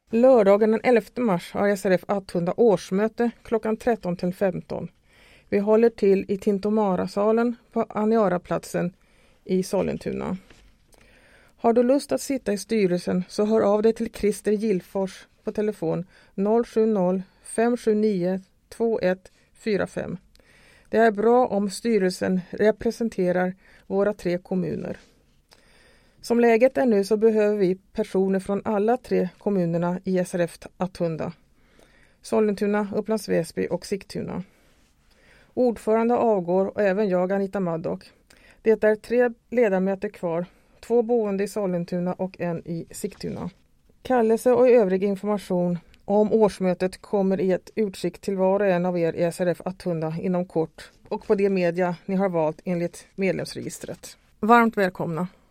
Lördagen den 11 mars har SRF Attunda årsmöte klockan 13 till 15. Vi håller till i Tintomara-salen på Aniara-platsen i Sollentuna. Har du lust att sitta i styrelsen så hör av dig till Christer Gillfors på telefon 070-579-2145. Det är bra om styrelsen representerar våra 3 kommuner. Som läget är nu så behöver vi personer från alla 3 kommunerna i SRF Attunda. Sollentuna, Upplands Väsby och Sigtuna. Ordförande avgår och även jag, Anita Maddock. Det är 3 ledamöter kvar, 2 boende i Sollentuna och 1 i Sigtuna. Kallelse och övrig information om årsmötet kommer i ett utskick till var och en av er i SRF Attunda inom kort och på de media ni har valt enligt medlemsregistret. Varmt välkomna!